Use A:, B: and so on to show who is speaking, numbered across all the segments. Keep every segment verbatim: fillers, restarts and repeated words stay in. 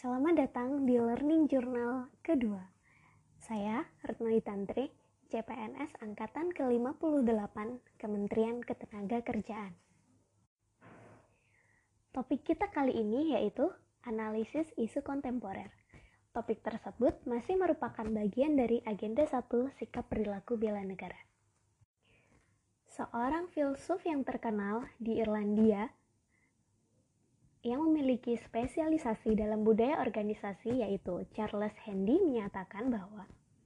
A: Selamat datang di Learning Journal kedua. Saya Retno Tantri, C P N S Angkatan ke lima puluh delapan, Kementerian Ketenagakerjaan. Topik kita kali ini yaitu analisis isu kontemporer. Topik tersebut masih merupakan bagian dari agenda satu sikap perilaku bela negara. Seorang filsuf yang terkenal di Irlandia yang memiliki spesialisasi dalam budaya organisasi yaitu Charles Handy menyatakan bahwa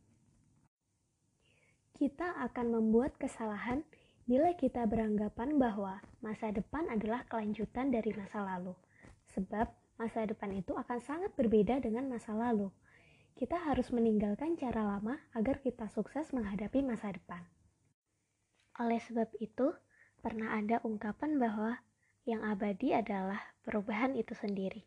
A: kita akan membuat kesalahan bila kita beranggapan bahwa masa depan adalah kelanjutan dari masa lalu, sebab masa depan itu akan sangat berbeda dengan masa lalu. Kita harus meninggalkan cara lama agar kita sukses menghadapi masa depan. Oleh sebab itu, pernah ada ungkapan bahwa yang abadi adalah perubahan itu sendiri.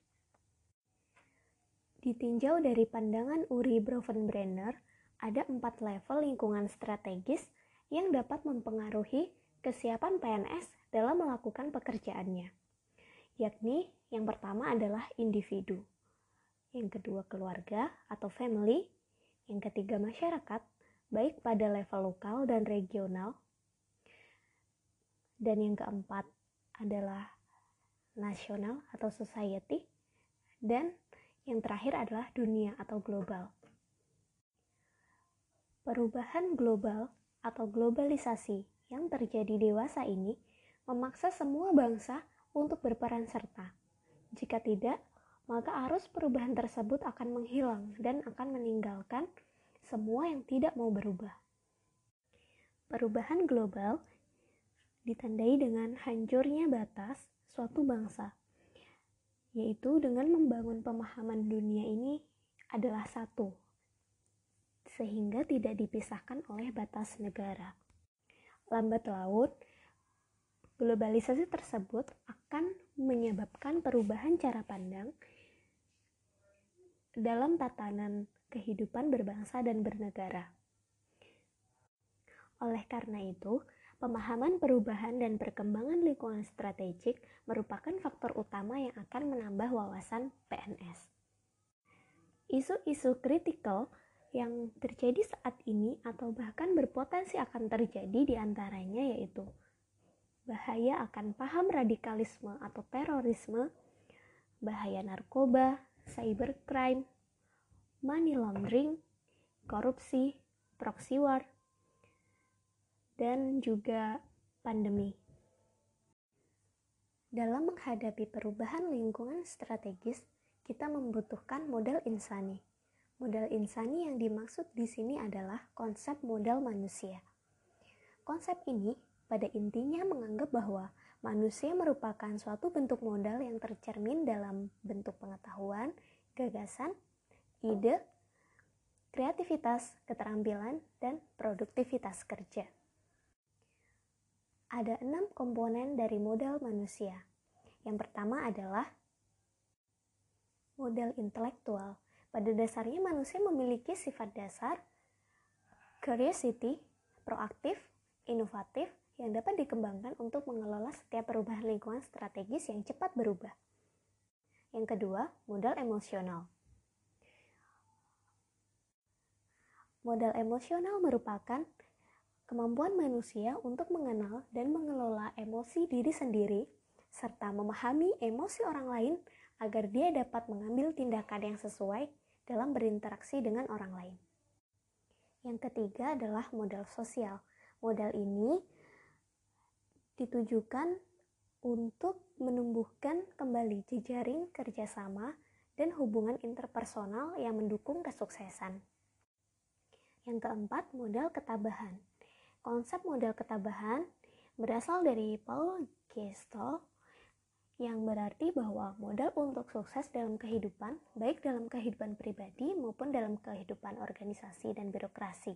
A: Ditinjau dari pandangan Uri Bronfenbrenner, ada empat level lingkungan strategis yang dapat mempengaruhi kesiapan P N S dalam melakukan pekerjaannya. Yakni yang pertama adalah individu, yang kedua keluarga atau family, yang ketiga masyarakat, baik pada level lokal dan regional, dan yang keempat adalah nasional atau society, dan yang terakhir adalah dunia atau global. Perubahan global atau globalisasi yang terjadi dewasa ini memaksa semua bangsa untuk berperan serta. Jika tidak, maka arus perubahan tersebut akan menghilang dan akan meninggalkan semua yang tidak mau berubah. Perubahan global ditandai dengan hancurnya batas suatu bangsa, yaitu dengan membangun pemahaman dunia ini adalah satu, sehingga tidak dipisahkan oleh batas negara. Lambat laun, globalisasi tersebut akan menyebabkan perubahan cara pandang dalam tatanan kehidupan berbangsa dan bernegara. Oleh karena itu, pemahaman perubahan dan perkembangan lingkungan strategik merupakan faktor utama yang akan menambah wawasan P N S. Isu-isu kritikal yang terjadi saat ini atau bahkan berpotensi akan terjadi diantaranya yaitu bahaya akan paham radikalisme atau terorisme, bahaya narkoba, cybercrime, money laundering, korupsi, proxy war, dan juga pandemi. Dalam menghadapi perubahan lingkungan strategis, kita membutuhkan modal insani. Modal insani yang dimaksud di sini adalah konsep modal manusia. Konsep ini pada intinya menganggap bahwa manusia merupakan suatu bentuk modal yang tercermin dalam bentuk pengetahuan, gagasan, ide, kreativitas, keterampilan, dan produktivitas kerja. Ada enam komponen dari modal manusia. Yang pertama adalah modal intelektual. Pada dasarnya manusia memiliki sifat dasar curiosity, proaktif, inovatif, yang dapat dikembangkan untuk mengelola setiap perubahan lingkungan strategis yang cepat berubah. Yang kedua, modal emosional. Modal emosional merupakan kemampuan manusia untuk mengenal dan mengelola emosi diri sendiri, serta memahami emosi orang lain agar dia dapat mengambil tindakan yang sesuai dalam berinteraksi dengan orang lain. Yang ketiga adalah modal sosial. Modal ini ditujukan untuk menumbuhkan kembali jejaring kerjasama dan hubungan interpersonal yang mendukung kesuksesan. Yang keempat, modal ketabahan. Konsep modal ketabahan berasal dari Paul Gestalt yang berarti bahwa modal untuk sukses dalam kehidupan, baik dalam kehidupan pribadi maupun dalam kehidupan organisasi dan birokrasi.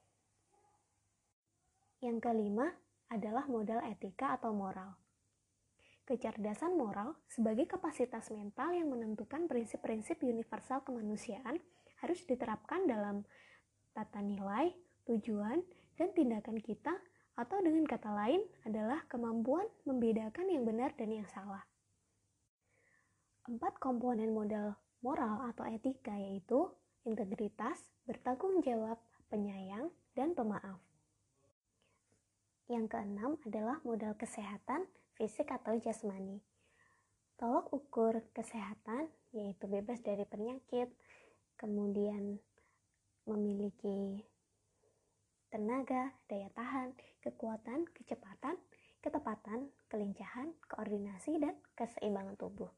A: Yang kelima adalah modal etika atau moral. Kecerdasan moral sebagai kapasitas mental yang menentukan prinsip-prinsip universal kemanusiaan harus diterapkan dalam tata nilai, tujuan, dan tindakan kita, atau dengan kata lain adalah kemampuan membedakan yang benar dan yang salah. Empat komponen modal Moral atau etika yaitu integritas, bertanggung jawab, penyayang, dan pemaaf. Yang keenam adalah modal kesehatan fisik atau jasmani. Tolok ukur kesehatan yaitu bebas dari penyakit, kemudian memiliki tenaga, daya tahan, kekuatan, kecepatan, ketepatan, kelincahan, koordinasi, dan keseimbangan tubuh.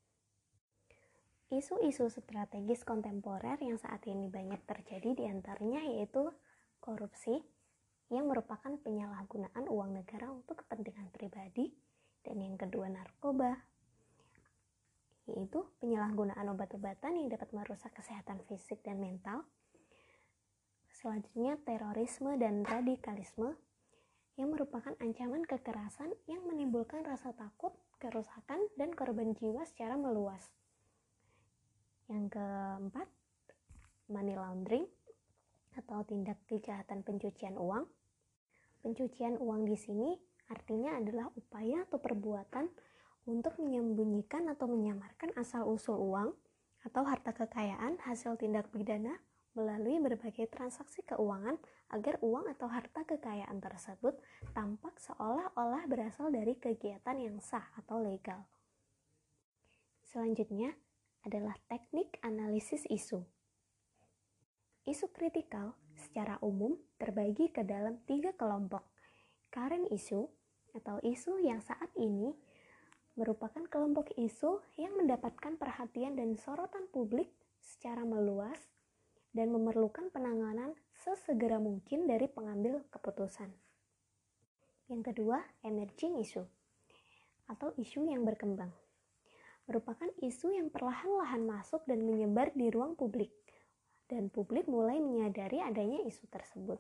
A: Isu-isu strategis kontemporer yang saat ini banyak terjadi diantaranya yaitu korupsi, yang merupakan penyalahgunaan uang negara untuk kepentingan pribadi, dan yang kedua narkoba, yaitu penyalahgunaan obat-obatan yang dapat merusak kesehatan fisik dan mental. Selanjutnya terorisme dan radikalisme, yang merupakan ancaman kekerasan yang menimbulkan rasa takut, kerusakan, dan korban jiwa secara meluas. Yang keempat, money laundering atau tindak kejahatan pencucian uang. Pencucian uang di sini artinya adalah upaya atau perbuatan untuk menyembunyikan atau menyamarkan asal-usul uang atau harta kekayaan hasil tindak pidana melalui berbagai transaksi keuangan agar uang atau harta kekayaan tersebut tampak seolah-olah berasal dari kegiatan yang sah atau legal. Selanjutnya adalah teknik analisis isu. Isu kritikal secara umum terbagi ke dalam tiga kelompok. Current issue atau isu yang saat ini merupakan kelompok isu yang mendapatkan perhatian dan sorotan publik secara meluas dan memerlukan penanganan sesegera mungkin dari pengambil keputusan. Yang kedua, emerging issue atau isu yang berkembang. Merupakan isu yang perlahan-lahan masuk dan menyebar di ruang publik, dan publik mulai menyadari adanya isu tersebut.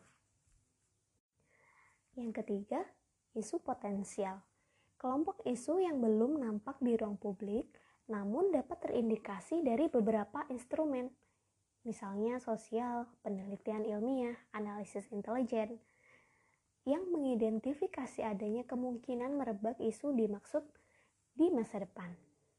A: Yang ketiga, isu potensial. Kelompok isu yang belum nampak di ruang publik, namun dapat terindikasi dari beberapa instrumen, misalnya sosial, penelitian ilmiah, analisis intelijen, yang mengidentifikasi adanya kemungkinan merebak isu dimaksud di masa depan.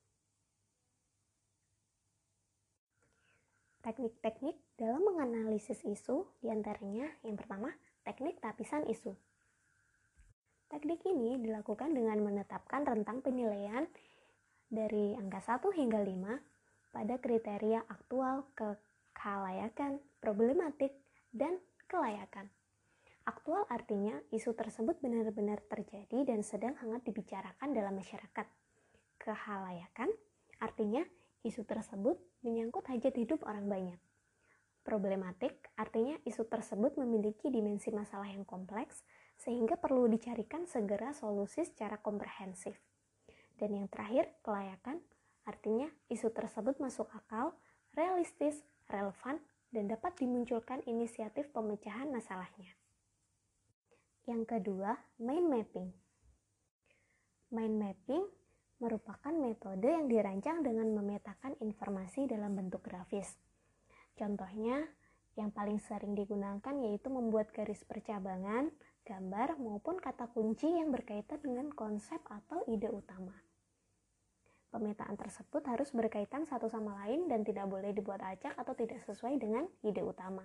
A: Teknik-teknik dalam menganalisis isu diantaranya yang pertama, teknik tapisan isu. Teknik ini dilakukan dengan menetapkan rentang penilaian dari angka satu hingga lima pada kriteria aktual ke kelayakan, problematik, dan kelayakan. Aktual artinya isu tersebut benar-benar terjadi dan sedang hangat dibicarakan dalam masyarakat. Kehalayakan artinya isu tersebut menyangkut hajat hidup orang banyak. Problematik artinya isu tersebut memiliki dimensi masalah yang kompleks sehingga perlu dicarikan segera solusi secara komprehensif. Dan yang terakhir, kelayakan artinya isu tersebut masuk akal, realistis, relevan, dan dapat dimunculkan inisiatif pemecahan masalahnya. Yang kedua, mind mapping. Mind mapping merupakan metode yang dirancang dengan memetakan informasi dalam bentuk grafis. Contohnya, yang paling sering digunakan yaitu membuat garis percabangan, gambar, maupun kata kunci yang berkaitan dengan konsep atau ide utama. Pemetaan tersebut harus berkaitan satu sama lain dan tidak boleh dibuat acak atau tidak sesuai dengan ide utama.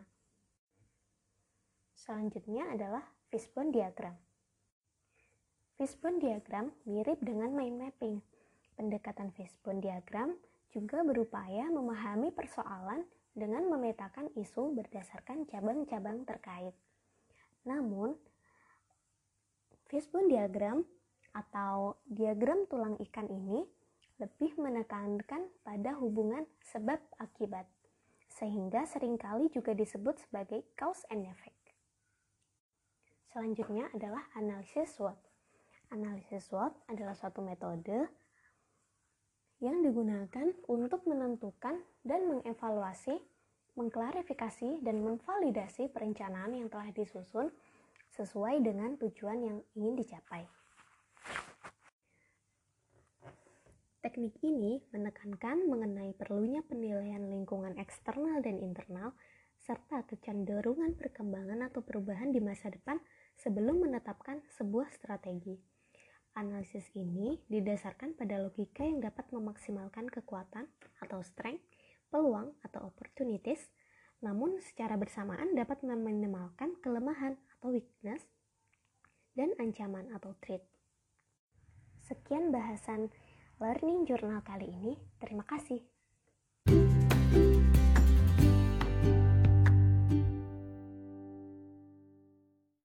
A: Selanjutnya adalah fishbone diagram. Fishbone diagram mirip dengan mind mapping. Pendekatan fishbone diagram juga berupaya memahami persoalan dengan memetakan isu berdasarkan cabang-cabang terkait. Namun, fishbone diagram atau diagram tulang ikan ini lebih menekankan pada hubungan sebab akibat, sehingga seringkali juga disebut sebagai cause and effect. Selanjutnya adalah analisis SWOT. Analisis SWOT adalah suatu metode yang digunakan untuk menentukan dan mengevaluasi, mengklarifikasi, dan memvalidasi perencanaan yang telah disusun sesuai dengan tujuan yang ingin dicapai. Teknik ini menekankan mengenai perlunya penilaian lingkungan eksternal dan internal, serta kecenderungan perkembangan atau perubahan di masa depan sebelum menetapkan sebuah strategi. Analisis ini didasarkan pada logika yang dapat memaksimalkan kekuatan atau strength, peluang atau opportunities, namun secara bersamaan dapat meminimalkan kelemahan atau weakness dan ancaman atau threat. Sekian bahasan Learning Journal kali ini. Terima kasih.